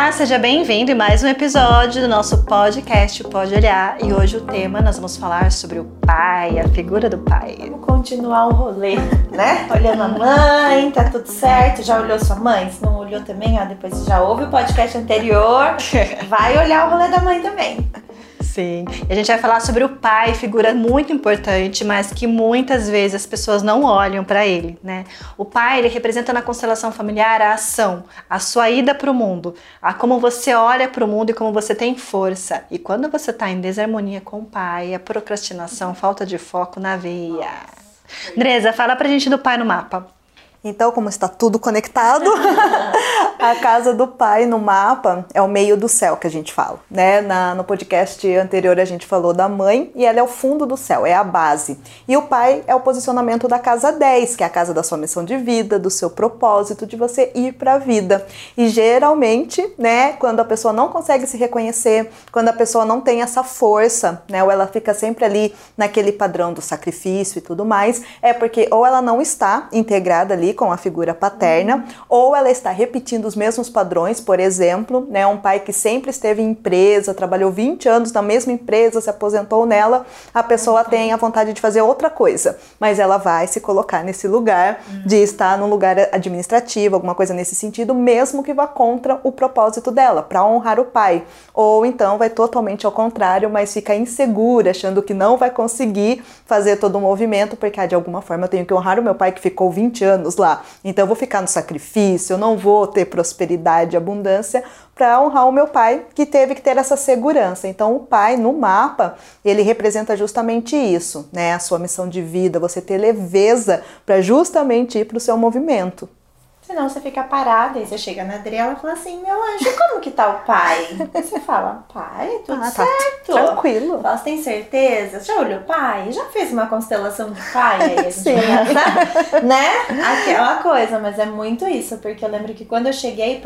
Olá, seja bem-vindo em mais um episódio do nosso podcast Pode Olhar. E hoje o tema, nós vamos falar sobre o pai, a figura do pai. Vamos continuar o rolê, né? Olhando a mãe, tá tudo certo. Já olhou sua mãe? Se não olhou também, depois você já ouve o podcast anterior, vai olhar o rolê da mãe também. Sim, e a gente vai falar sobre o pai, figura muito importante, mas que muitas vezes as pessoas não olham para ele, né? O pai, ele representa na constelação familiar a ação, a sua ida para o mundo, a como você olha para o mundo e como você tem força. E quando você está em desarmonia com o pai, a procrastinação, falta de foco na veia. Andresa, fala pra gente do pai no mapa. Então, como está tudo conectado, a casa do pai no mapa é o meio do céu que a gente fala, né? No podcast anterior a gente falou da mãe e ela é o fundo do céu, é a base. E o pai é o posicionamento da casa 10, que é a casa da sua missão de vida, do seu propósito, de você ir para a vida. E geralmente, né, quando a pessoa não consegue se reconhecer, quando a pessoa não tem essa força, né, ou ela fica sempre ali naquele padrão do sacrifício e tudo mais, é porque ou ela não está integrada ali com a figura paterna, ou ela está repetindo os mesmos padrões, por exemplo, né, um pai que sempre esteve em empresa, trabalhou 20 anos na mesma empresa, se aposentou nela, a pessoa tem a vontade de fazer outra coisa, mas ela vai se colocar nesse lugar de estar num lugar administrativo, alguma coisa nesse sentido, mesmo que vá contra o propósito dela, para honrar o pai, ou então vai totalmente ao contrário, mas fica insegura, achando que não vai conseguir fazer todo o movimento, porque de alguma forma eu tenho que honrar o meu pai que ficou 20 anos lá, então eu vou ficar no sacrifício, eu não vou ter prosperidade, abundância para honrar o meu pai que teve que ter essa segurança. Então o pai no mapa, ele representa justamente isso, né? A sua missão de vida, você ter leveza para justamente ir para o seu movimento. Senão você fica parada e você chega na Adriela e fala assim, meu anjo, como que tá o pai? Aí você fala, pai, tudo certo. Tá tranquilo. Fala, você tem certeza? Já olhou o pai? Já fez uma constelação de pai? Aí a gente Sim. começa, né? Aquela coisa, mas é muito isso, porque eu lembro que quando eu cheguei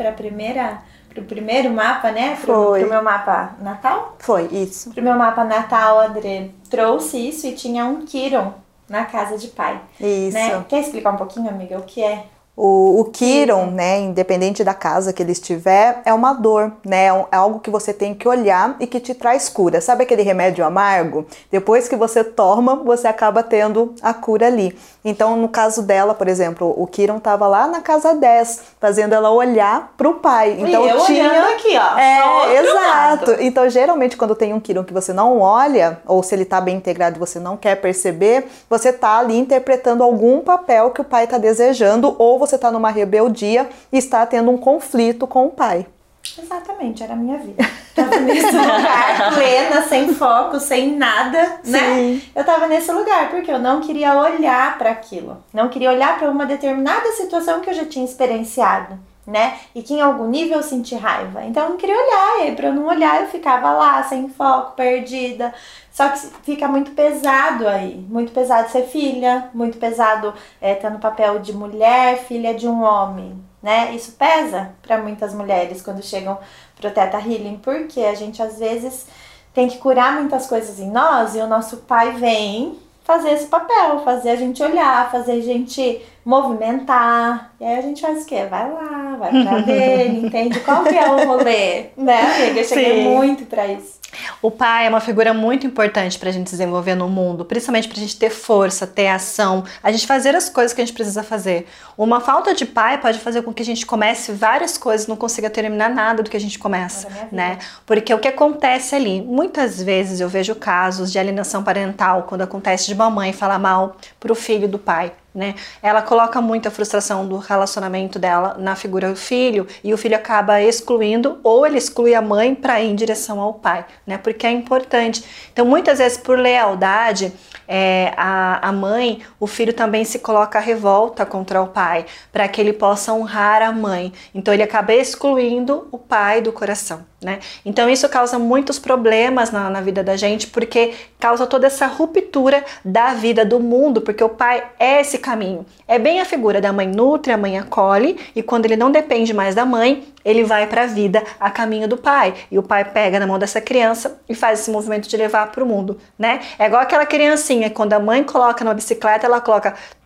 pro primeiro mapa, né? Pro meu mapa natal? Foi, isso. Pro meu mapa natal, a Adri trouxe isso e tinha um Quiron na casa de pai. Isso. Né? Quer explicar um pouquinho, amiga, o que é? O Quiron, né, independente da casa que ele estiver, é uma dor, né, é algo que você tem que olhar e que te traz cura. Sabe aquele remédio amargo? Depois que você toma, você acaba tendo a cura ali. Então, no caso dela, por exemplo, o Quiron estava lá na casa 10, fazendo ela olhar pro pai. Então, eu olhando aqui, ó. Exato. Lado. Então, geralmente, quando tem um Quiron que você não olha, ou se ele tá bem integrado e você não quer perceber, você tá ali interpretando algum papel que o pai tá desejando, ou você está numa rebeldia e está tendo um conflito com o pai. Exatamente, era a minha vida. Tava nesse lugar, plena, sem foco, sem nada, né? Sim. Eu tava nesse lugar porque eu não queria olhar para aquilo. Não queria olhar para uma determinada situação que eu já tinha experienciado, né? E que em algum nível eu senti raiva. Então eu não queria olhar, e para eu não olhar eu ficava lá, sem foco, perdida. Só que fica muito pesado aí, muito pesado ser filha, muito pesado estar no papel de mulher, filha de um homem, né? Isso pesa para muitas mulheres quando chegam pro Theta Healing, porque a gente às vezes tem que curar muitas coisas em nós e o nosso pai vem fazer esse papel, fazer a gente olhar, fazer a gente movimentar. E aí a gente faz o quê? Vai lá, vai pra dele, entende? Qual que é o rolê? Né, amiga? Eu cheguei muito pra isso. O pai é uma figura muito importante pra gente desenvolver no mundo, principalmente pra gente ter força, ter ação, a gente fazer as coisas que a gente precisa fazer. Uma falta de pai pode fazer com que a gente comece várias coisas e não consiga terminar nada do que a gente começa, né? Porque o que acontece ali, muitas vezes eu vejo casos de alienação parental, quando acontece de mamãe falar mal pro filho do pai, né? Ela coloca muita frustração do relacionamento dela na figura do filho e o filho acaba excluindo, ou ele exclui a mãe para ir em direção ao pai, né? Porque é importante. Então, muitas vezes, por lealdade, a mãe, o filho também se coloca à revolta contra o pai, para que ele possa honrar a mãe. Então, ele acaba excluindo o pai do coração, né? Então, isso causa muitos problemas na vida da gente, porque causa toda essa ruptura da vida do mundo, porque o pai é esse caminho. É bem a figura da mãe nutre, a mãe acolhe, e quando ele não depende mais da mãe, ele vai para a vida a caminho do pai. E o pai pega na mão dessa criança e faz esse movimento de levar para o mundo, né? É igual aquela criancinha, quando a mãe coloca numa bicicleta, ela coloca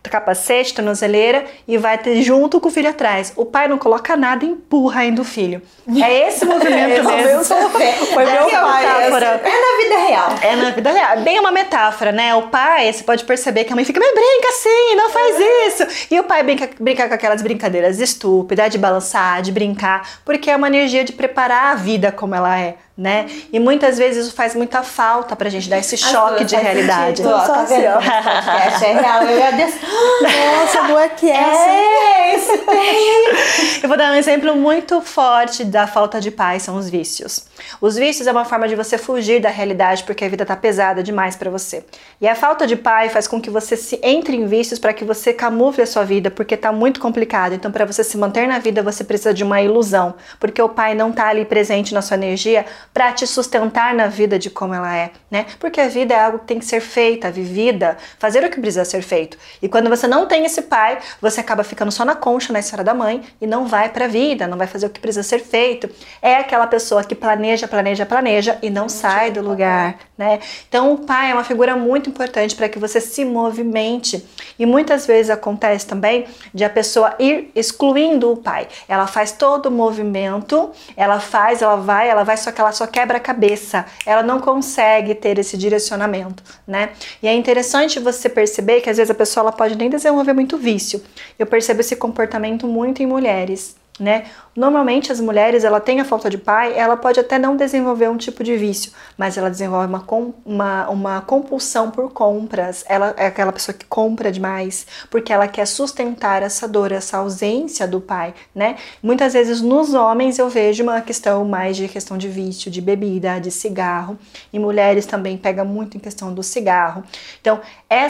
capacete, tornozeleira e vai ter junto com o filho atrás. O pai não coloca nada e empurra ainda o filho. É esse movimento mesmo. Foi meu pai. É na vida real. É na vida real. É bem uma metáfora, né? O pai, você pode perceber que a mãe fica, mas brinca assim, não faz isso. E o pai brinca com aquelas brincadeiras estúpidas, de balançar, de brincar, porque é uma energia de preparar a vida como ela é, né? E muitas vezes isso faz muita falta pra gente dar esse choque de realidade. Tá vendo? Podcast é real. Eu agradeço. Nossa, não é que Isso tem. Eu vou dar um exemplo muito forte da falta de paz, são os vícios. Os vícios é uma forma de você fugir da realidade porque a vida tá pesada demais pra você. E a falta de paz faz com que você se entre em vícios para que você camufle a sua vida porque tá muito complicado. Então, para você se manter na vida, você precisa de uma ilusão, porque o pai não tá ali presente na sua energia para te sustentar na vida de como ela é, né? Porque a vida é algo que tem que ser feita, vivida, fazer o que precisa ser feito. E quando você não tem esse pai, você acaba ficando só na concha, na esfera da mãe e não vai pra vida, não vai fazer o que precisa ser feito. É aquela pessoa que planeja e não sai do lugar, né? Então o pai é uma figura muito importante para que você se movimente. E muitas vezes acontece também de a pessoa ir excluindo o pai. Ela faz todo o movimento, ela vai, só que ela só quebra a cabeça. Ela não consegue ter esse direcionamento, né? E é interessante você perceber que às vezes a pessoa ela pode nem desenvolver muito vício. Eu percebo esse comportamento muito em mulheres, né? Normalmente as mulheres, ela tem a falta de pai, ela pode até não desenvolver um tipo de vício, mas ela desenvolve uma compulsão por compras. Ela é aquela pessoa que compra demais, porque ela quer sustentar essa dor, essa ausência do pai, né? Muitas vezes nos homens eu vejo uma questão mais de questão de vício, de bebida, de cigarro, e mulheres também pega muito em questão do cigarro. Então,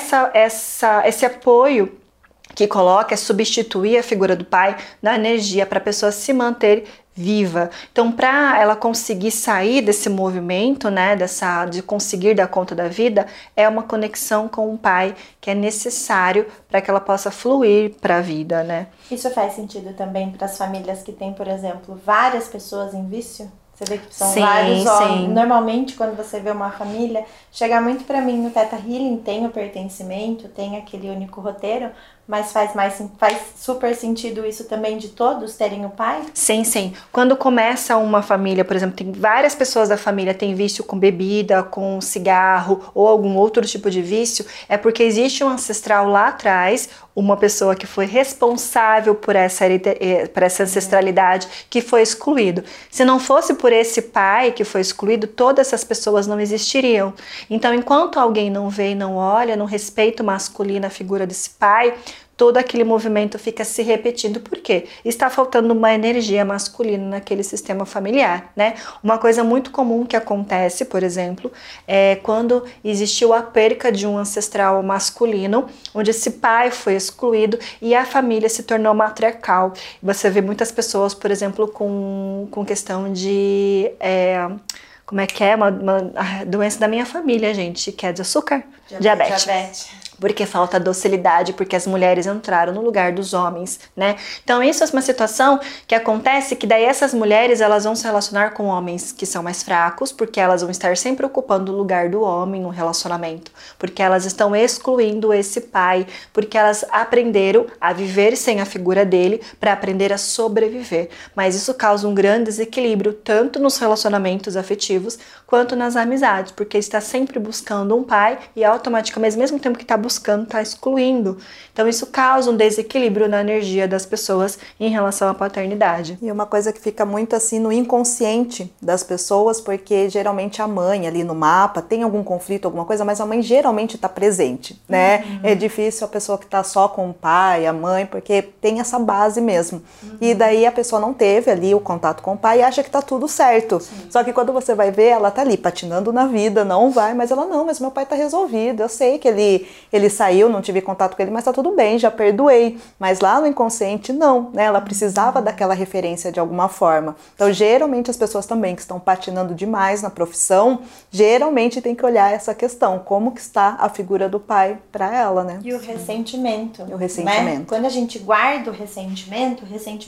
esse apoio que coloca é substituir a figura do pai na energia para a pessoa se manter viva. Então, para ela conseguir sair desse movimento, né, de conseguir dar conta da vida, é uma conexão com o pai que é necessário para que ela possa fluir para a vida, né? Isso faz sentido também para as famílias que têm, por exemplo, várias pessoas em vício? Você vê que são vários homens. Normalmente, quando você vê uma família, chega muito pra mim no Theta Healing, tem o pertencimento, tem aquele único roteiro, mas faz super sentido isso também de todos terem o pai? Sim, sim. Quando começa uma família, por exemplo, tem várias pessoas da família têm vício com bebida, com cigarro ou algum outro tipo de vício, é porque existe um ancestral lá atrás, uma pessoa que foi responsável por essa ancestralidade que foi excluído. Se não fosse por esse pai que foi excluído, todas essas pessoas não existiriam. Então, enquanto alguém não vê e não olha, não respeita o masculino, a figura desse pai, todo aquele movimento fica se repetindo. Por quê? Está faltando uma energia masculina naquele sistema familiar, né? Uma coisa muito comum que acontece, por exemplo, é quando existiu a perca de um ancestral masculino, onde esse pai foi excluído e a família se tornou matriarcal. Você vê muitas pessoas, por exemplo, com questão de... como é que é? Uma doença da minha família, gente, que é de açúcar? Diabetes. Porque falta docilidade, porque as mulheres entraram no lugar dos homens, né? Então isso é uma situação que acontece que daí essas mulheres elas vão se relacionar com homens que são mais fracos, porque elas vão estar sempre ocupando o lugar do homem no relacionamento, porque elas estão excluindo esse pai, porque elas aprenderam a viver sem a figura dele para aprender a sobreviver. Mas isso causa um grande desequilíbrio tanto nos relacionamentos afetivos quanto nas amizades, porque está sempre buscando um pai e automaticamente, ao mesmo tempo que está buscando, está excluindo. Então isso causa um desequilíbrio na energia das pessoas em relação à paternidade. E uma coisa que fica muito assim no inconsciente das pessoas, porque geralmente a mãe ali no mapa tem algum conflito, alguma coisa, mas a mãe geralmente está presente, né? É difícil a pessoa que está só com o pai, a mãe, porque tem essa base mesmo. E daí a pessoa não teve ali o contato com o pai e acha que tá tudo certo. Só que quando você vai ver, ela tá ali patinando na vida, não vai, mas ela não, mas meu pai tá resolvido, eu sei que ele saiu, não tive contato com ele, mas tá tudo bem, já perdoei. Mas lá no inconsciente, não, né? Ela precisava daquela referência de alguma forma. Então, geralmente, as pessoas também que estão patinando demais na profissão, geralmente tem que olhar essa questão, como que está a figura do pai para ela, né? E o ressentimento. E o ressentimento. Né? Quando a gente guarda o ressentimento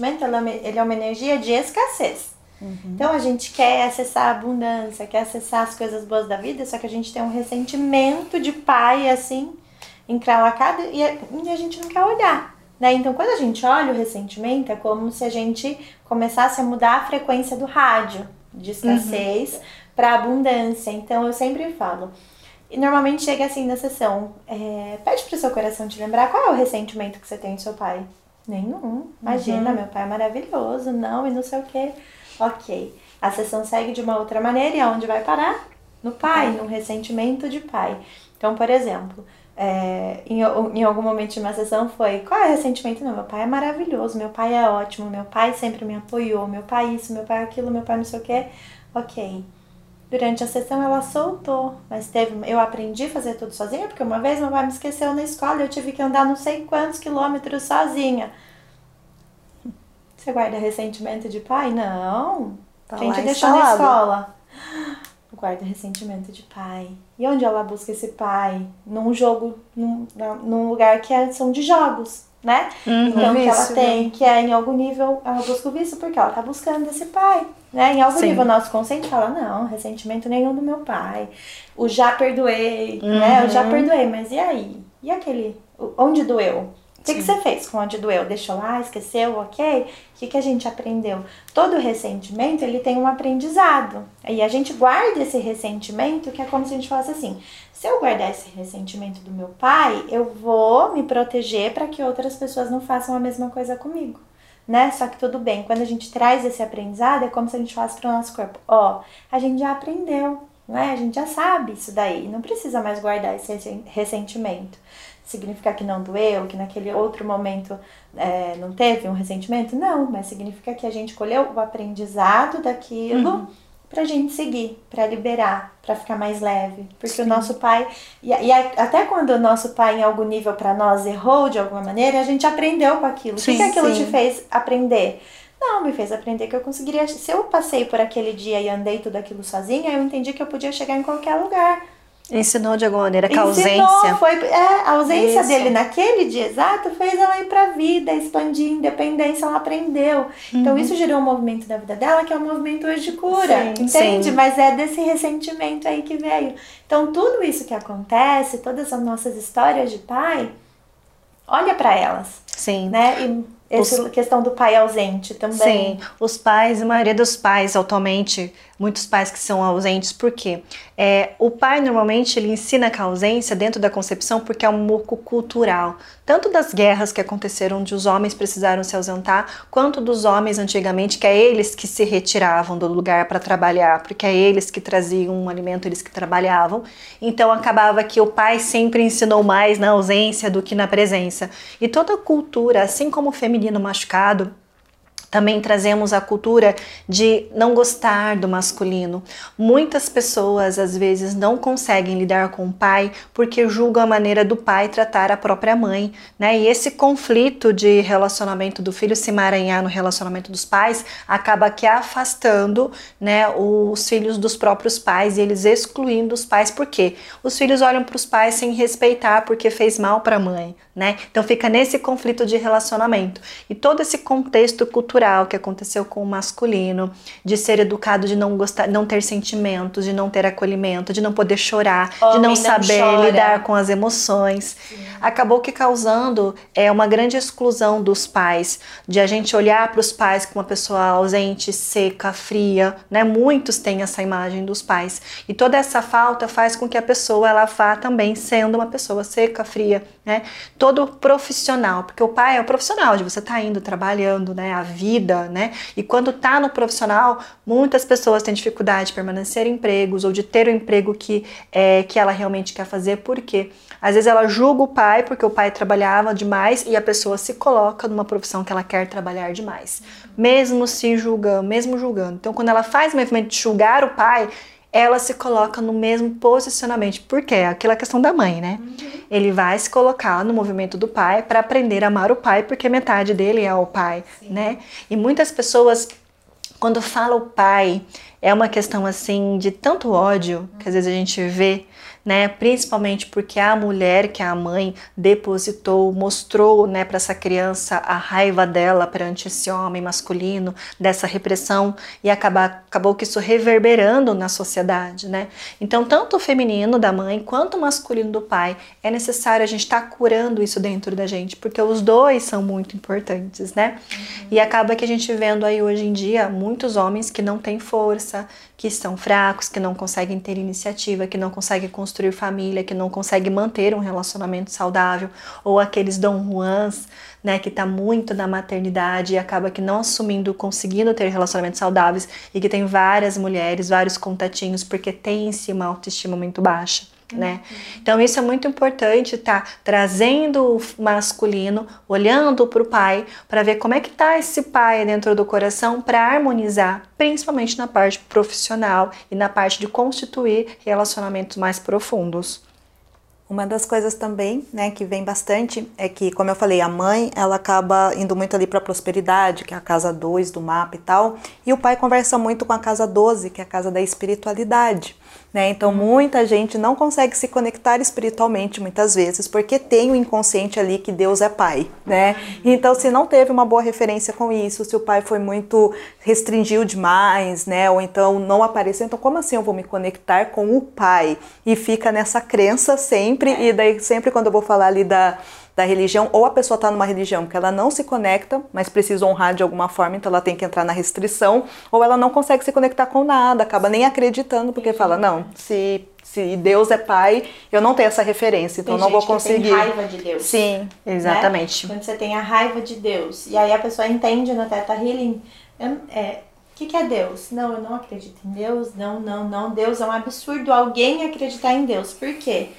ele é uma energia de escassez. Então a gente quer acessar a abundância, quer acessar as coisas boas da vida, só que a gente tem um ressentimento de pai, assim, encralacado e a gente não quer olhar, né? Então, quando a gente olha o ressentimento, é como se a gente começasse a mudar a frequência do rádio, de escassez para abundância. Então, eu sempre falo, e normalmente chega assim na sessão, pede pro seu coração te lembrar qual é o ressentimento que você tem do seu pai. Nenhum. Imagina, meu pai é maravilhoso, não, e não sei o quê. Ok. A sessão segue de uma outra maneira e aonde vai parar? No pai, no ressentimento de pai. Então, por exemplo, em algum momento de uma sessão foi, qual é o ressentimento? Não, meu pai é maravilhoso, meu pai é ótimo, meu pai sempre me apoiou, meu pai isso, meu pai aquilo, meu pai não sei o quê. Ok. Durante a sessão ela soltou, mas eu aprendi a fazer tudo sozinha, porque uma vez meu pai me esqueceu na escola e eu tive que andar não sei quantos quilômetros sozinha. Você guarda ressentimento de pai? Não. Quem te deixou na escola? Guarda ressentimento de pai. E onde ela busca esse pai? Num jogo, num lugar que são de jogos, né? Então, que ela tem, que é em algum nível, ela busca o vício porque ela tá buscando esse pai, né? Em algum nível, nosso consciente fala, não, ressentimento nenhum do meu pai. O já perdoei, né? Eu já perdoei, mas e aí? E aquele, onde doeu? O que você fez com onde doeu? Deixou lá, esqueceu, ok? O que a gente aprendeu? Todo ressentimento, ele tem um aprendizado. E a gente guarda esse ressentimento, que é como se a gente falasse assim, se eu guardar esse ressentimento do meu pai, eu vou me proteger para que outras pessoas não façam a mesma coisa comigo, né? Só que tudo bem, quando a gente traz esse aprendizado, é como se a gente falasse para o nosso corpo, a gente já aprendeu, né? A gente já sabe isso daí, não precisa mais guardar esse ressentimento. Significa que não doeu, que naquele outro momento não teve um ressentimento? Não, mas significa que a gente colheu o aprendizado daquilo pra gente seguir, pra liberar, pra ficar mais leve. Porque o nosso pai, e até quando o nosso pai em algum nível pra nós errou de alguma maneira, a gente aprendeu com aquilo. O que aquilo te fez aprender? Não, me fez aprender que eu conseguiria, se eu passei por aquele dia e andei tudo aquilo sozinha, eu entendi que eu podia chegar em qualquer lugar. Ensinou de alguma maneira que a ausência... A ausência dele naquele dia exato fez ela ir pra vida, expandir independência, ela aprendeu. Então isso gerou um movimento da vida dela, que é um movimento hoje de cura, entende? Mas é desse ressentimento aí que veio. Então tudo isso que acontece, todas as nossas histórias de pai, olha pra elas. Sim. Né? E essa questão do pai ausente também. Sim, os pais, a maioria dos pais atualmente, muitos pais que são ausentes, por quê? O pai normalmente ele ensina a ausência dentro da concepção porque é um moco cultural, tanto das guerras que aconteceram onde os homens precisaram se ausentar, quanto dos homens antigamente, que é eles que se retiravam do lugar para trabalhar, porque é eles que traziam um alimento, eles que trabalhavam, então acabava que o pai sempre ensinou mais na ausência do que na presença. E toda a cultura, assim como o feminino machucado, também trazemos a cultura de não gostar do masculino. Muitas pessoas, às vezes, não conseguem lidar com o pai porque julgam a maneira do pai tratar a própria mãe, né? E esse conflito de relacionamento do filho se emaranhar no relacionamento dos pais acaba que afastando, né, os filhos dos próprios pais e eles excluindo os pais. Por quê? Os filhos olham para os pais sem respeitar porque fez mal para a mãe, né? Então fica nesse conflito de relacionamento. E todo esse contexto cultural que aconteceu com o masculino, de ser educado, de não gostar, não ter sentimentos, de não ter acolhimento, de não poder chorar, de não saber lidar com as emoções, acabou que causando uma grande exclusão dos pais, de a gente olhar para os pais como uma pessoa ausente, seca, fria, né? Muitos têm essa imagem dos pais e toda essa falta faz com que a pessoa ela vá também sendo uma pessoa seca, fria, né? Todo profissional, porque o pai é o profissional de você estar indo trabalhando, né? A vida, né? E quando tá no profissional, muitas pessoas têm dificuldade de permanecer em empregos ou de ter o emprego que ela realmente quer fazer, porque às vezes ela julga o pai porque o pai trabalhava demais e a pessoa se coloca numa profissão que ela quer trabalhar demais, mesmo se julgando, mesmo julgando. Então quando ela faz o movimento de julgar o pai, ela se coloca no mesmo posicionamento, porque é aquela questão da mãe, né? Ele vai se colocar no movimento do pai para aprender a amar o pai, porque metade dele é o pai, né? E muitas pessoas, quando falam pai, é uma questão assim de tanto ódio que às vezes a gente vê, né? Principalmente porque a mulher, que é a mãe, depositou, mostrou, né, para essa criança a raiva dela perante esse homem masculino, dessa repressão, e acabou que isso reverberando na sociedade, né? Então, tanto o feminino da mãe quanto o masculino do pai, é necessário a gente estar curando isso dentro da gente, porque os dois são muito importantes, né? E acaba que a gente vendo aí hoje em dia muitos homens que não têm força, que estão fracos, que não conseguem ter iniciativa, que não conseguem construir família, que não conseguem manter um relacionamento saudável, ou aqueles Dom Juans, né, que tá muito na maternidade e acaba que não assumindo, conseguindo ter relacionamentos saudáveis, e que tem várias mulheres, vários contatinhos, porque tem em si uma autoestima muito baixa, né? Então isso é muito importante, tá trazendo o masculino, olhando para o pai, para ver como é que tá esse pai dentro do coração, para harmonizar, principalmente na parte profissional e na parte de constituir relacionamentos mais profundos. Uma das coisas também, né, que vem bastante é que, como eu falei, a mãe, ela acaba indo muito ali para a prosperidade, que é a casa 2 do mapa e tal, e o pai conversa muito com a casa 12, que é a casa da espiritualidade, né? Então muita gente não consegue se conectar espiritualmente muitas vezes, porque tem o inconsciente ali que Deus é pai, né? Então se não teve uma boa referência com isso, se o pai foi muito restringiu demais, né? Ou então não apareceu, então como assim eu vou me conectar com o pai? E fica nessa crença sempre, e daí sempre quando eu vou falar ali da religião, ou a pessoa está numa religião que ela não se conecta, mas precisa honrar de alguma forma, então ela tem que entrar na restrição, ou ela não consegue se conectar com nada, acaba nem acreditando, porque fala, não, se Deus é pai, eu não tenho essa referência, então não vou conseguir. Tem raiva de Deus. Sim, exatamente. Né? Quando você tem a raiva de Deus, e aí a pessoa entende no Theta Healing, o que é Deus? Não, eu não acredito em Deus, não, Deus é um absurdo alguém acreditar em Deus. Por quê?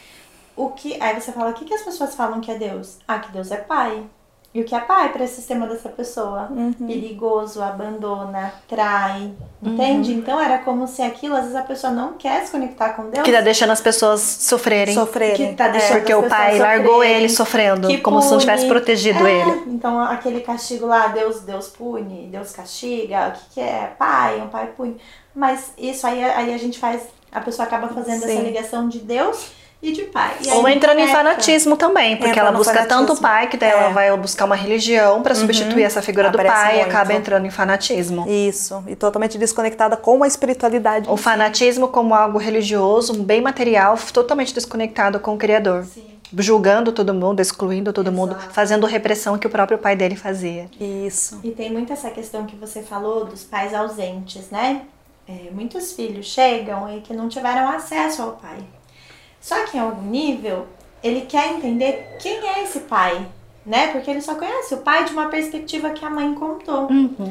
Aí você fala, o que as pessoas falam que é Deus? Ah, que Deus é pai. E o que é pai para esse sistema dessa pessoa? Perigoso, abandona, trai, entende? Então era como se aquilo, às vezes a pessoa não quer se conectar com Deus. Que tá deixando as pessoas sofrerem. Que tá deixando porque as o pai pessoas largou sofrerem, ele sofrendo, que como se não tivesse pune. protegido ele. Então aquele castigo lá, Deus pune, Deus castiga, o que é? Pai, um pai pune. Mas isso aí a gente faz, a pessoa acaba fazendo essa ligação de Deus e de pai. E ou entrando em fanatismo também, porque ela busca tanto o pai, que daí ela vai buscar uma religião para substituir essa figura do pai e acaba entrando em fanatismo. Isso, e totalmente desconectada com a espiritualidade. O fanatismo como algo religioso, bem material, totalmente desconectado com o Criador. Sim. Julgando todo mundo, excluindo todo mundo, fazendo repressão que o próprio pai dele fazia. Isso. E tem muito essa questão que você falou dos pais ausentes, né? Muitos filhos chegam e que não tiveram acesso ao pai. Só que em algum nível, ele quer entender quem é esse pai, né? Porque ele só conhece o pai de uma perspectiva que a mãe contou.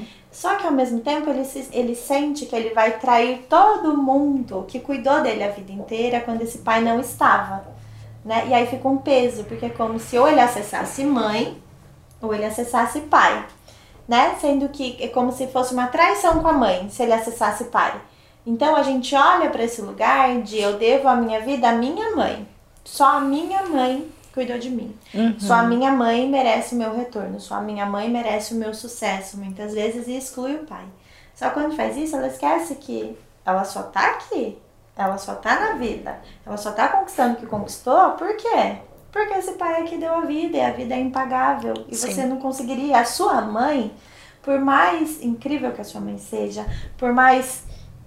Só que ao mesmo tempo, ele sente que ele vai trair todo mundo que cuidou dele a vida inteira quando esse pai não estava, né? E aí fica um peso, porque é como se ou ele acessasse mãe, ou ele acessasse pai, né? Sendo que é como se fosse uma traição com a mãe, se ele acessasse pai. Então a gente olha para esse lugar de eu devo a minha vida à minha mãe. Só a minha mãe cuidou de mim. Só a minha mãe merece o meu retorno. Só a minha mãe merece o meu sucesso. Muitas vezes exclui o pai. Só que quando faz isso, ela esquece que ela só tá aqui. Ela só tá na vida. Ela só tá conquistando o que conquistou. Por quê? Porque esse pai aqui deu a vida e a vida é impagável. E você não conseguiria. A sua mãe, por mais incrível que a sua mãe seja, por mais...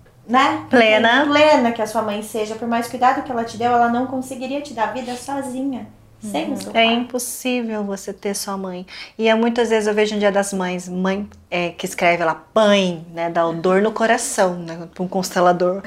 né? Plena que a sua mãe seja, por mais cuidado que ela te deu, ela não conseguiria te dar vida sozinha, sem o seu pai. É impossível você ter sua mãe. E muitas vezes eu vejo no Dia das Mães, mãe que escreve lá, pãe, né? Dá dor no coração, né? Um constelador.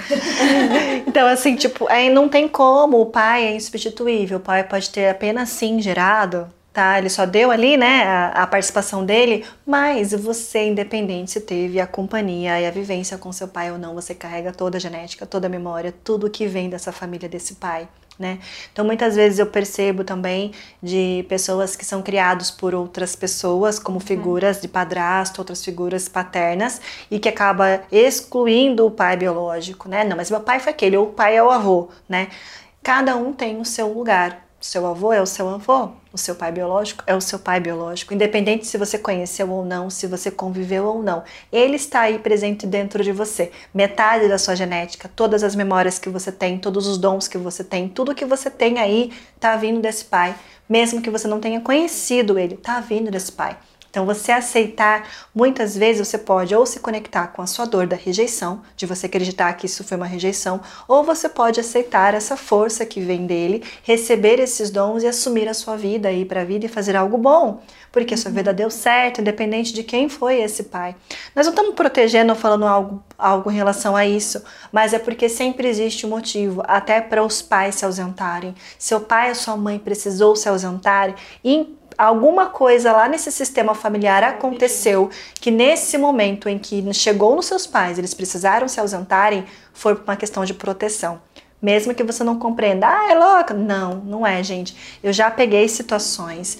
Então, assim, tipo, não tem como, o pai é insubstituível, o pai pode ter apenas sim gerado. Tá, ele só deu ali, né, a participação dele, mas você, independente se teve a companhia e a vivência com seu pai ou não, você carrega toda a genética, toda a memória, tudo que vem dessa família, desse pai, né? Então, muitas vezes eu percebo também de pessoas que são criados por outras pessoas, como figuras de padrasto, outras figuras paternas, e que acaba excluindo o pai biológico, né? Não, mas meu pai foi aquele, ou o pai é o avô, né? Cada um tem o seu lugar. seu avô é o seu avô, o seu pai biológico é o seu pai biológico, independente se você conheceu ou não, se você conviveu ou não. Ele está aí presente dentro de você. Metade da sua genética, todas as memórias que você tem, todos os dons que você tem, tudo que você tem aí está vindo desse pai. Mesmo que você não tenha conhecido ele, está vindo desse pai. Então, você aceitar, muitas vezes você pode ou se conectar com a sua dor da rejeição, de você acreditar que isso foi uma rejeição, ou você pode aceitar essa força que vem dele, receber esses dons e assumir a sua vida, ir para a vida e fazer algo bom, porque a sua vida deu certo, independente de quem foi esse pai. Nós não estamos protegendo ou falando algo em relação a isso, mas é porque sempre existe um motivo, até para os pais se ausentarem. Seu pai ou sua mãe precisou se ausentar e alguma coisa lá nesse sistema familiar aconteceu que nesse momento em que chegou nos seus pais, eles precisaram se ausentarem, foi por uma questão de proteção. Mesmo que você não compreenda, é louca. Não, não é, gente. Eu já peguei situações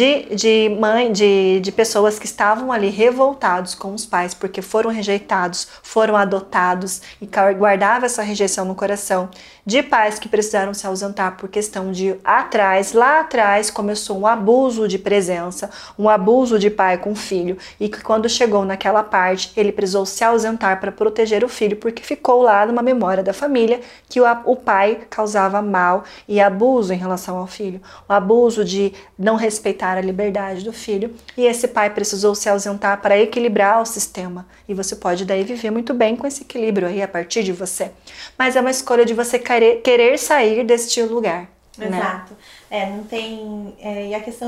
de pessoas que estavam ali revoltados com os pais porque foram rejeitados, foram adotados e guardavam essa rejeição no coração. De pais que precisaram se ausentar por questão de lá atrás começou um abuso de presença, um abuso de pai com filho e que quando chegou naquela parte ele precisou se ausentar para proteger o filho porque ficou lá numa memória da família que o pai causava mal e abuso em relação ao filho, o abuso de não respeitar a liberdade do filho e esse pai precisou se ausentar para equilibrar o sistema e você pode daí viver muito bem com esse equilíbrio aí a partir de você, mas é uma escolha de você querer sair deste lugar. Exato. Né? Não tem... e a questão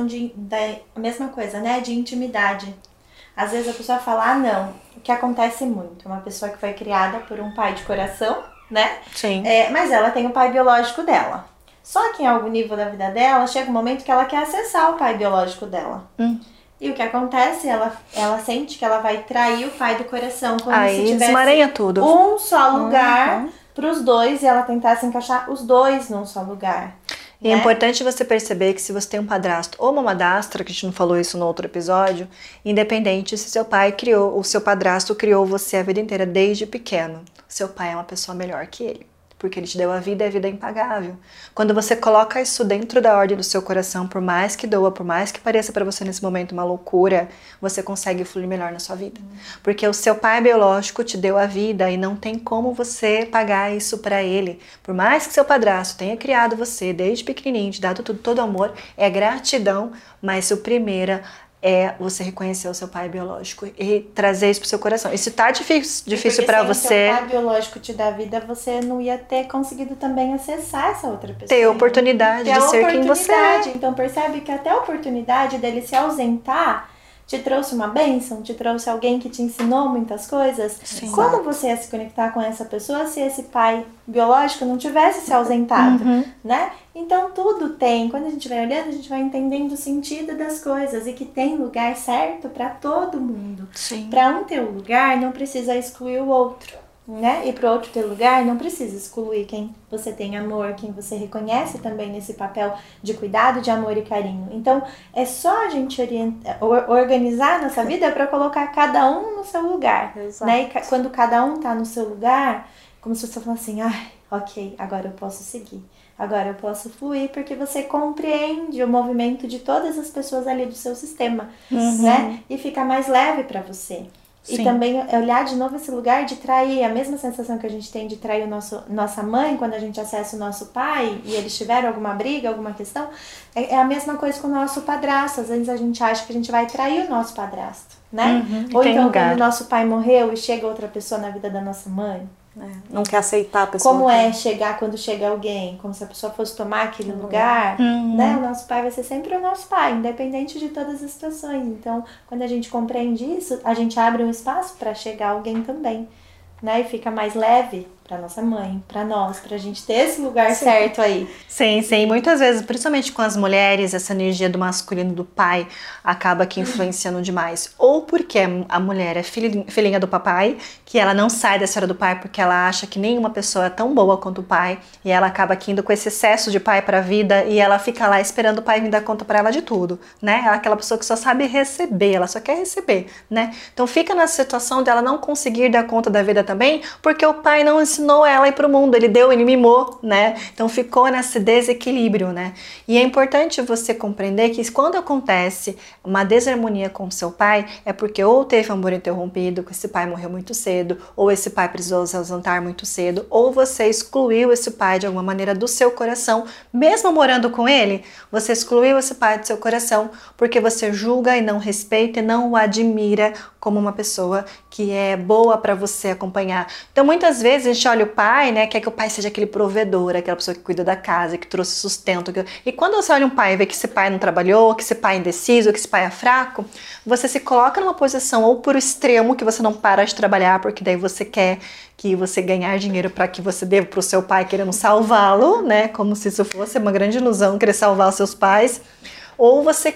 a mesma coisa, né? De intimidade. Às vezes a pessoa fala, não, o que acontece muito, uma pessoa que foi criada por um pai de coração, né? Sim. Mas ela tem o pai biológico dela. Só que em algum nível da vida dela, chega um momento que ela quer acessar o pai biológico dela. E o que acontece? Ela sente que ela vai trair o pai do coração, como se tivesse desmaranha tudo. Um só lugar para os dois e ela tentasse encaixar os dois num só lugar. E é importante você perceber que se você tem um padrasto ou uma madrastra, que a gente não falou isso no outro episódio, independente se o seu padrasto criou você a vida inteira desde pequeno, seu pai é uma pessoa melhor que ele. Porque ele te deu a vida e a vida é impagável. Quando você coloca isso dentro da ordem do seu coração, por mais que doa, por mais que pareça para você nesse momento uma loucura, você consegue fluir melhor na sua vida. Porque o seu pai biológico te deu a vida e não tem como você pagar isso para ele. Por mais que seu padrasto tenha criado você desde pequenininho, te dado tudo, todo amor, é gratidão, mas o primeiro é você reconhecer o seu pai biológico e trazer isso pro seu coração. E se tá difícil para você... se o pai biológico te dá vida, você não ia ter conseguido também acessar essa outra pessoa. Ter oportunidade de ser quem você é. Então percebe que até a oportunidade dele se ausentar te trouxe uma bênção, te trouxe alguém que te ensinou muitas coisas. Sim. Como você ia se conectar com essa pessoa se esse pai biológico não tivesse se ausentado, né? Então tudo tem, quando a gente vai olhando, a gente vai entendendo o sentido das coisas e que tem lugar certo para todo mundo. Para um ter um lugar, não precisa excluir o outro. Né? E para o outro ter lugar, não precisa excluir quem você tem amor, quem você reconhece também nesse papel de cuidado, de amor e carinho. Então, é só a gente organizar a nossa vida para colocar cada um no seu lugar. Né? E quando cada um tá no seu lugar, como se você falasse assim, ok, agora eu posso seguir. Agora eu posso fluir, porque você compreende o movimento de todas as pessoas ali do seu sistema, né? E fica mais leve para você. Sim. E também olhar de novo esse lugar de trair, a mesma sensação que a gente tem de trair nossa mãe quando a gente acessa o nosso pai e eles tiveram alguma briga, alguma questão, é a mesma coisa com o nosso padrasto. Às vezes a gente acha que a gente vai trair o nosso padrasto, né? Ou então quando o nosso pai morreu e chega outra pessoa na vida da nossa mãe. Não quer aceitar a pessoa. Como é chegar quando chega alguém, como se a pessoa fosse tomar aquele lugar, né? O nosso pai vai ser sempre o nosso pai, independente de todas as situações. Então, quando a gente compreende isso, a gente abre um espaço para chegar alguém também, né? E fica mais leve para nossa mãe, para nós, pra gente ter esse lugar certo aí. Sim, sim. Muitas vezes, principalmente com as mulheres, essa energia do masculino do pai acaba aqui influenciando demais. Ou porque a mulher é filhinha do papai, que ela não sai da esfera do pai porque ela acha que nenhuma pessoa é tão boa quanto o pai, e ela acaba aqui indo com esse excesso de pai pra vida, e ela fica lá esperando o pai vir dar conta pra ela de tudo, né? Ela é aquela pessoa que só sabe receber, ela só quer receber, né? Então fica na situação dela não conseguir dar conta da vida também, porque o pai não ensinou ensinou ela a ir pro mundo, ele mimou, né? Então ficou nesse desequilíbrio, né? E é importante você compreender que quando acontece uma desarmonia com o seu pai, é porque ou teve amor interrompido, que esse pai morreu muito cedo, ou esse pai precisou se ausentar muito cedo, ou você excluiu esse pai de alguma maneira do seu coração, mesmo morando com ele, você excluiu esse pai do seu coração porque você julga e não respeita e não o admira como uma pessoa que é boa para você acompanhar. Então muitas vezes a gente olha o pai, né, quer que o pai seja aquele provedor, aquela pessoa que cuida da casa, que trouxe sustento. E quando você olha um pai e vê que esse pai não trabalhou, que esse pai é indeciso, que esse pai é fraco, você se coloca numa posição ou por extremo que você não para de trabalhar, porque daí você quer que você ganhar dinheiro para que você dê para o seu pai querendo salvá-lo, né, como se isso fosse uma grande ilusão, querer salvar os seus pais, ou você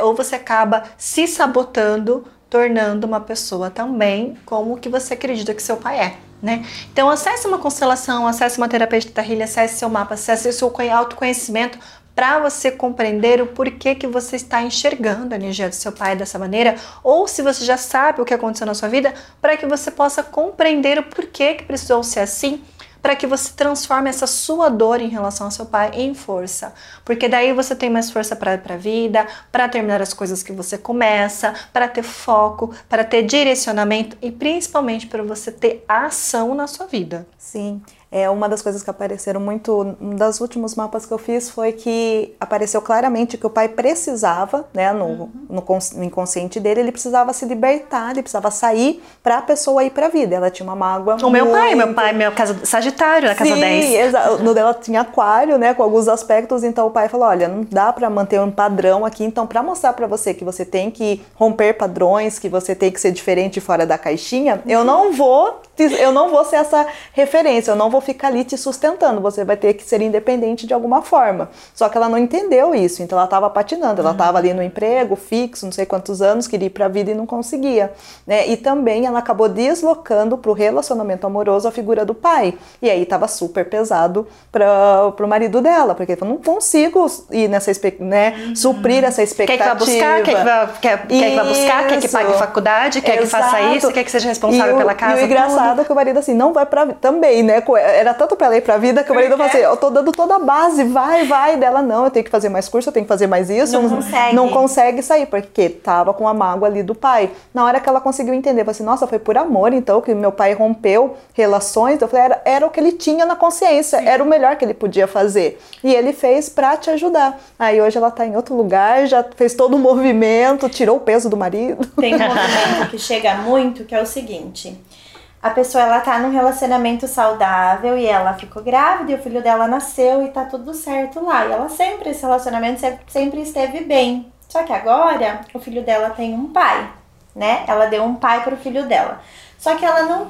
acaba se sabotando, tornando uma pessoa também como que você acredita que seu pai é, né? Então acesse uma constelação, acesse uma terapia de Tahilya, acesse seu mapa, acesse o seu autoconhecimento para você compreender o porquê que você está enxergando a energia do seu pai dessa maneira, ou se você já sabe o que aconteceu na sua vida, para que você possa compreender o porquê que precisou ser assim, para que você transforme essa sua dor em relação ao seu pai em força. Porque daí você tem mais força para a vida, para terminar as coisas que você começa, para ter foco, para ter direcionamento e principalmente para você ter ação na sua vida. Sim. Uma das coisas que apareceram muito, um dos últimos mapas que eu fiz foi que apareceu claramente que o pai precisava, né, no inconsciente dele, ele precisava se libertar, ele precisava sair para a pessoa ir para a vida. Ela tinha uma mágoa. Meu casa Sagitário, na casa 10. Sim, exato. No dela tinha aquário, né, com alguns aspectos, então o pai falou, olha, não dá para manter um padrão aqui, então para mostrar para você que você tem que romper padrões, que você tem que ser diferente fora da caixinha, eu não vou ser essa referência, eu não vou ficar ali te sustentando, você vai ter que ser independente de alguma forma. Só que ela não entendeu isso, então ela estava patinando, ela estava ali no emprego fixo, não sei quantos anos, queria ir para a vida e não conseguia, né? E também ela acabou deslocando para o relacionamento amoroso a figura do pai, e aí estava super pesado para o marido dela, porque ele falou, não consigo ir nessa, né, suprir essa expectativa. Quer que vá buscar, quer que vá buscar, quer que pague faculdade, quer que faça isso, quer que seja responsável pela casa. E o engraçado é que o marido assim, não vai pra vida também, né? Era tanto pra ela ir pra vida que o marido falou assim, eu tô dando toda a base, vai, dela não, eu tenho que fazer mais curso, eu tenho que fazer mais isso. Não consegue sair, porque tava com a mágoa ali do pai. Na hora que ela conseguiu entender, falou assim, nossa, foi por amor então que meu pai rompeu relações, eu falei, era o que ele tinha na consciência, era o melhor que ele podia fazer. E ele fez pra te ajudar. Aí hoje ela tá em outro lugar, já fez todo o movimento, tirou o peso do marido. Tem um movimento que chega muito, que é o seguinte... A pessoa, ela tá num relacionamento saudável e ela ficou grávida e o filho dela nasceu e tá tudo certo lá. E ela esse relacionamento sempre esteve bem. Só que agora, o filho dela tem um pai, né? Ela deu um pai pro filho dela. Só que ela não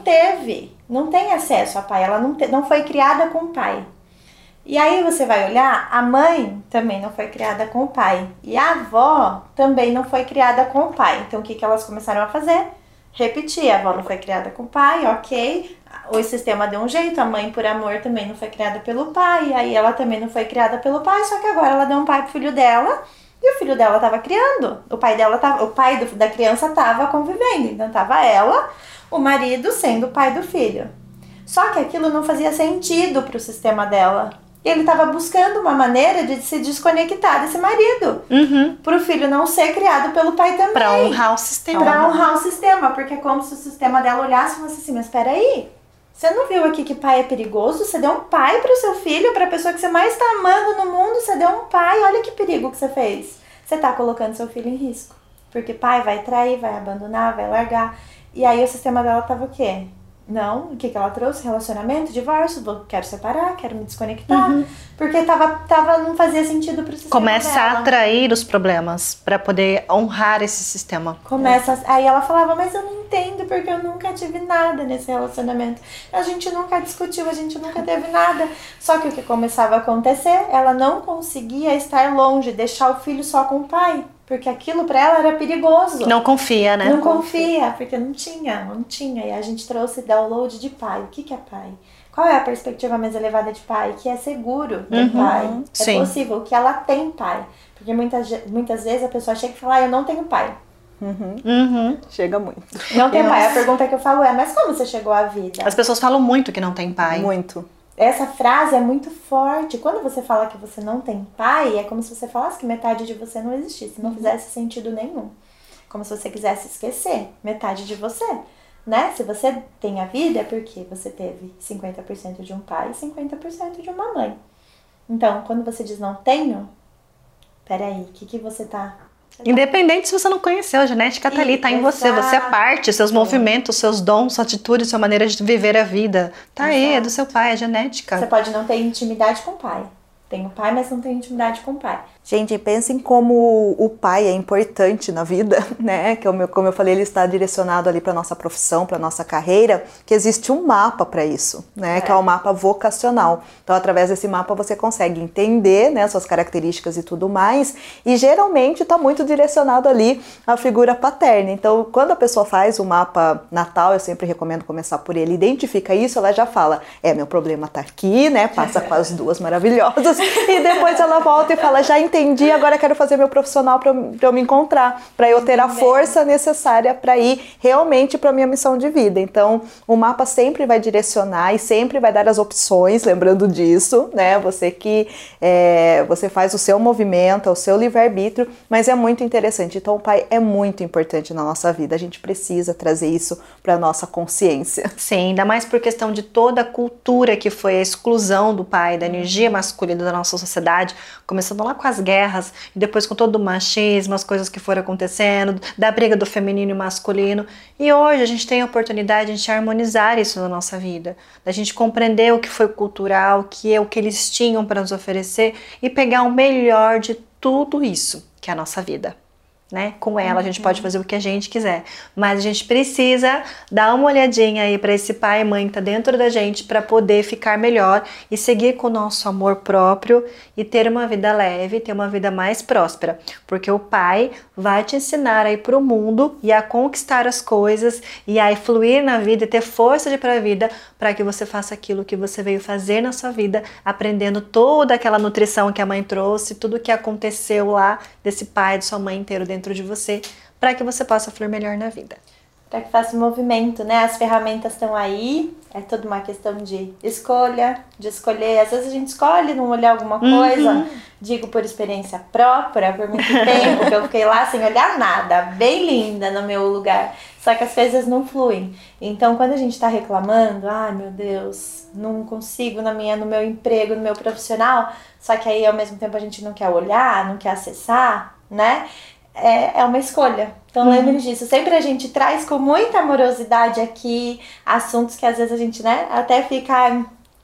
tem acesso a pai, ela não foi criada com pai. E aí você vai olhar, a mãe também não foi criada com o pai. E a avó também não foi criada com o pai. Então o que elas começaram a fazer? Repetir, a avó não foi criada com o pai, ok, o sistema deu um jeito, a mãe por amor também não foi criada pelo pai, aí ela também não foi criada pelo pai, só que agora ela deu um pai pro filho dela, e o filho dela tava criando, o pai da criança tava convivendo, então tava ela, o marido sendo o pai do filho. Só que aquilo não fazia sentido pro sistema dela. E ele estava buscando uma maneira de se desconectar desse marido. Pro filho não ser criado pelo pai também. Pra honrar o sistema. Pra honrar o sistema. Porque é como se o sistema dela olhasse e falasse assim, mas peraí, você não viu aqui que pai é perigoso? Você deu um pai pro seu filho, pra pessoa que você mais está amando no mundo, você deu um pai. Olha que perigo que você fez. Você tá colocando seu filho em risco. Porque pai vai trair, vai abandonar, vai largar. E aí o sistema dela tava o quê? Não, o que ela trouxe? Relacionamento, divórcio, quero separar, quero me desconectar. Porque não fazia sentido pro sistema Começa dela. a atrair os problemas para poder honrar esse sistema. Aí ela falava, mas eu não entendo porque eu nunca tive nada nesse relacionamento. A gente nunca discutiu, a gente nunca teve nada. Só que o que começava a acontecer, ela não conseguia estar longe, deixar o filho só com o pai. Porque aquilo pra ela era perigoso. Não confia, né? Não confia, porque não tinha. E a gente trouxe download de pai. O que é pai? Qual é a perspectiva mais elevada de pai? Que é seguro ter pai. Sim. É possível que ela tem pai. Porque muitas vezes a pessoa chega e fala, eu não tenho pai. Chega muito. Não tem pai. A pergunta que eu falo é, mas como você chegou à vida? As pessoas falam muito que não tem pai. Muito. Essa frase é muito forte. Quando você fala que você não tem pai, é como se você falasse que metade de você não existisse, não fizesse sentido nenhum. Como se você quisesse esquecer metade de você, né? Se você tem a vida, é porque você teve 50% de um pai e 50% de uma mãe. Então, quando você diz não tenho, peraí, o que você tá... Independente se você não conheceu, a genética tá ali, tá em você. Você é parte, seus movimentos, seus dons, sua atitude, sua maneira de viver a vida. Tá aí, é do seu pai, é genética. Você pode não ter intimidade com o pai. Tenho pai, mas não tenho intimidade com o pai. Gente, pensem como o pai é importante na vida, né? Como eu falei, ele está direcionado ali para nossa profissão, para nossa carreira, que existe um mapa para isso, né? Que é o mapa vocacional. Então, através desse mapa você consegue entender, né, suas características e tudo mais, e geralmente está muito direcionado ali à figura paterna. Então, quando a pessoa faz o mapa natal, eu sempre recomendo começar por ele, identifica isso, ela já fala, meu problema tá aqui, né? Passa com as duas maravilhosas, e depois ela volta e fala, já entendi, agora quero fazer meu profissional para eu me encontrar, para eu ter a força necessária para ir realmente para minha missão de vida. Então, o mapa sempre vai direcionar e sempre vai dar as opções, lembrando disso, né? Você que você faz o seu movimento, o seu livre-arbítrio, mas é muito interessante. Então, o pai é muito importante na nossa vida. A gente precisa trazer isso para nossa consciência. Sim, ainda mais por questão de toda a cultura que foi a exclusão do pai, da energia masculina da nossa sociedade, começando lá com as guerras, e depois com todo o machismo, as coisas que foram acontecendo, da briga do feminino e masculino. E hoje a gente tem a oportunidade de harmonizar isso na nossa vida, da gente compreender o que foi cultural, o que eles tinham para nos oferecer e pegar o melhor de tudo isso, que é a nossa vida. Né? Com ela a gente pode fazer o que a gente quiser, mas a gente precisa dar uma olhadinha aí para esse pai e mãe que tá dentro da gente para poder ficar melhor e seguir com o nosso amor próprio e ter uma vida leve, ter uma vida mais próspera, porque o pai vai te ensinar a ir pro mundo e a conquistar as coisas e a fluir na vida e ter força de ir pra vida para que você faça aquilo que você veio fazer na sua vida, aprendendo toda aquela nutrição que a mãe trouxe, tudo que aconteceu lá desse pai, de sua mãe inteiro dentro de você, para que você possa fluir melhor na vida. Para que faça o movimento, né? As ferramentas estão aí, é toda uma questão de escolha, de escolher. Às vezes a gente escolhe não olhar alguma coisa, digo por experiência própria, por muito tempo, que eu fiquei lá sem olhar nada, bem linda no meu lugar. Só que as coisas não fluem. Então, quando a gente tá reclamando, ai meu Deus, não consigo no meu emprego, no meu profissional, só que aí ao mesmo tempo a gente não quer olhar, não quer acessar, né? É uma escolha. Então lembre disso. Sempre a gente traz com muita amorosidade aqui assuntos que às vezes a gente, né, até fica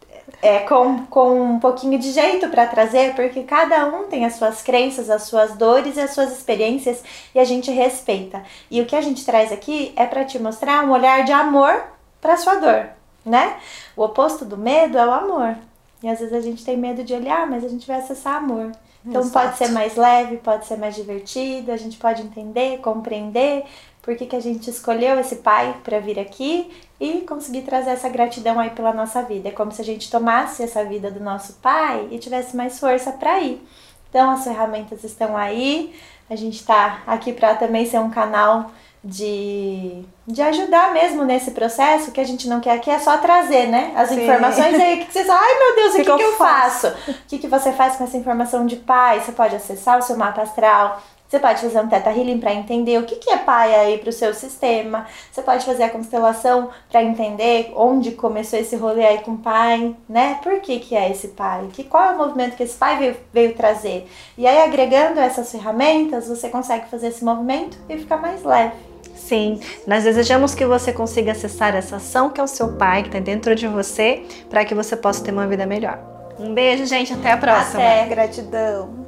com um pouquinho de jeito para trazer, porque cada um tem as suas crenças, as suas dores e as suas experiências e a gente respeita. E o que a gente traz aqui é para te mostrar um olhar de amor para sua dor, né? O oposto do medo é o amor. E às vezes a gente tem medo de olhar, mas a gente vai acessar amor. Então pode ser mais leve, pode ser mais divertido, a gente pode entender, compreender por que a gente escolheu esse pai para vir aqui e conseguir trazer essa gratidão aí pela nossa vida. É como se a gente tomasse essa vida do nosso pai e tivesse mais força para ir. Então as ferramentas estão aí, a gente está aqui para também ser um canal de ajudar mesmo nesse processo, que a gente não quer aqui é só trazer, né, as informações aí que você fala, ai meu Deus, o que eu faço? O que você faz com essa informação de pai? Você pode acessar o seu mapa astral, você pode fazer um Theta Healing para entender o que é pai aí para o seu sistema, você pode fazer a constelação para entender onde começou esse rolê aí com o pai, né, por que é esse pai, qual é o movimento que esse pai veio trazer, e aí agregando essas ferramentas, você consegue fazer esse movimento e ficar mais leve. Sim, nós desejamos que você consiga acessar essa ação que é o seu pai, que está dentro de você, para que você possa ter uma vida melhor. Um beijo, gente, até a próxima. Até. Gratidão.